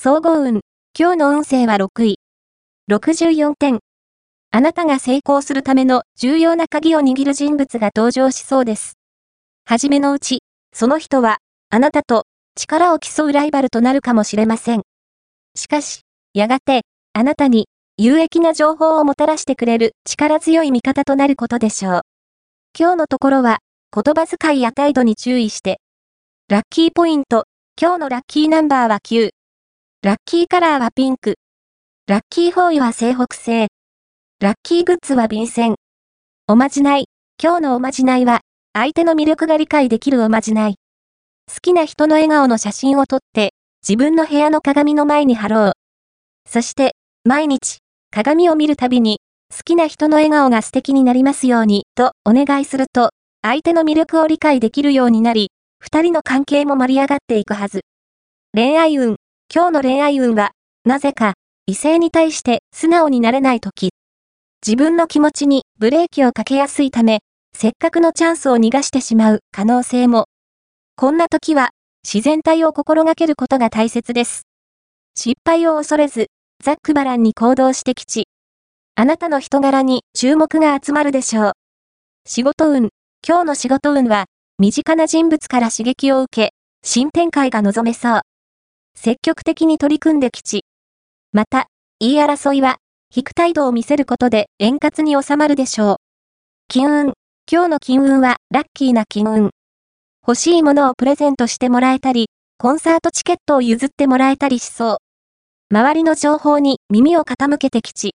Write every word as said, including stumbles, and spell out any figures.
総合運。今日の運勢はろくい。ろくじゅうよんてん。あなたが成功するための重要な鍵を握る人物が登場しそうです。はじめのうち、その人は、あなたと力を競うライバルとなるかもしれません。しかし、やがて、あなたに有益な情報をもたらしてくれる力強い味方となることでしょう。今日のところは、言葉遣いや態度に注意して。ラッキーポイント。今日のラッキーナンバーはきゅう。ラッキーカラーはピンク。ラッキーフォーイは西北西。ラッキーグッズは便箋。おまじない。今日のおまじないは、相手の魅力が理解できるおまじない。好きな人の笑顔の写真を撮って、自分の部屋の鏡の前に貼ろう。そして、毎日、鏡を見るたびに、好きな人の笑顔が素敵になりますように、とお願いすると、相手の魅力を理解できるようになり、二人の関係も盛り上がっていくはず。恋愛運。今日の恋愛運は、なぜか、異性に対して素直になれないとき。自分の気持ちにブレーキをかけやすいため、せっかくのチャンスを逃がしてしまう可能性も。こんな時は、自然体を心がけることが大切です。失敗を恐れず、ざっくばらんに行動して吉。あなたの人柄に注目が集まるでしょう。仕事運。今日の仕事運は、身近な人物から刺激を受け、新展開が望めそう。積極的に取り組んで吉。また、言い争いは、引く態度を見せることで円滑に収まるでしょう。金運。今日の金運はラッキーな金運。欲しいものをプレゼントしてもらえたり、コンサートチケットを譲ってもらえたりしそう。周りの情報に耳を傾けて吉。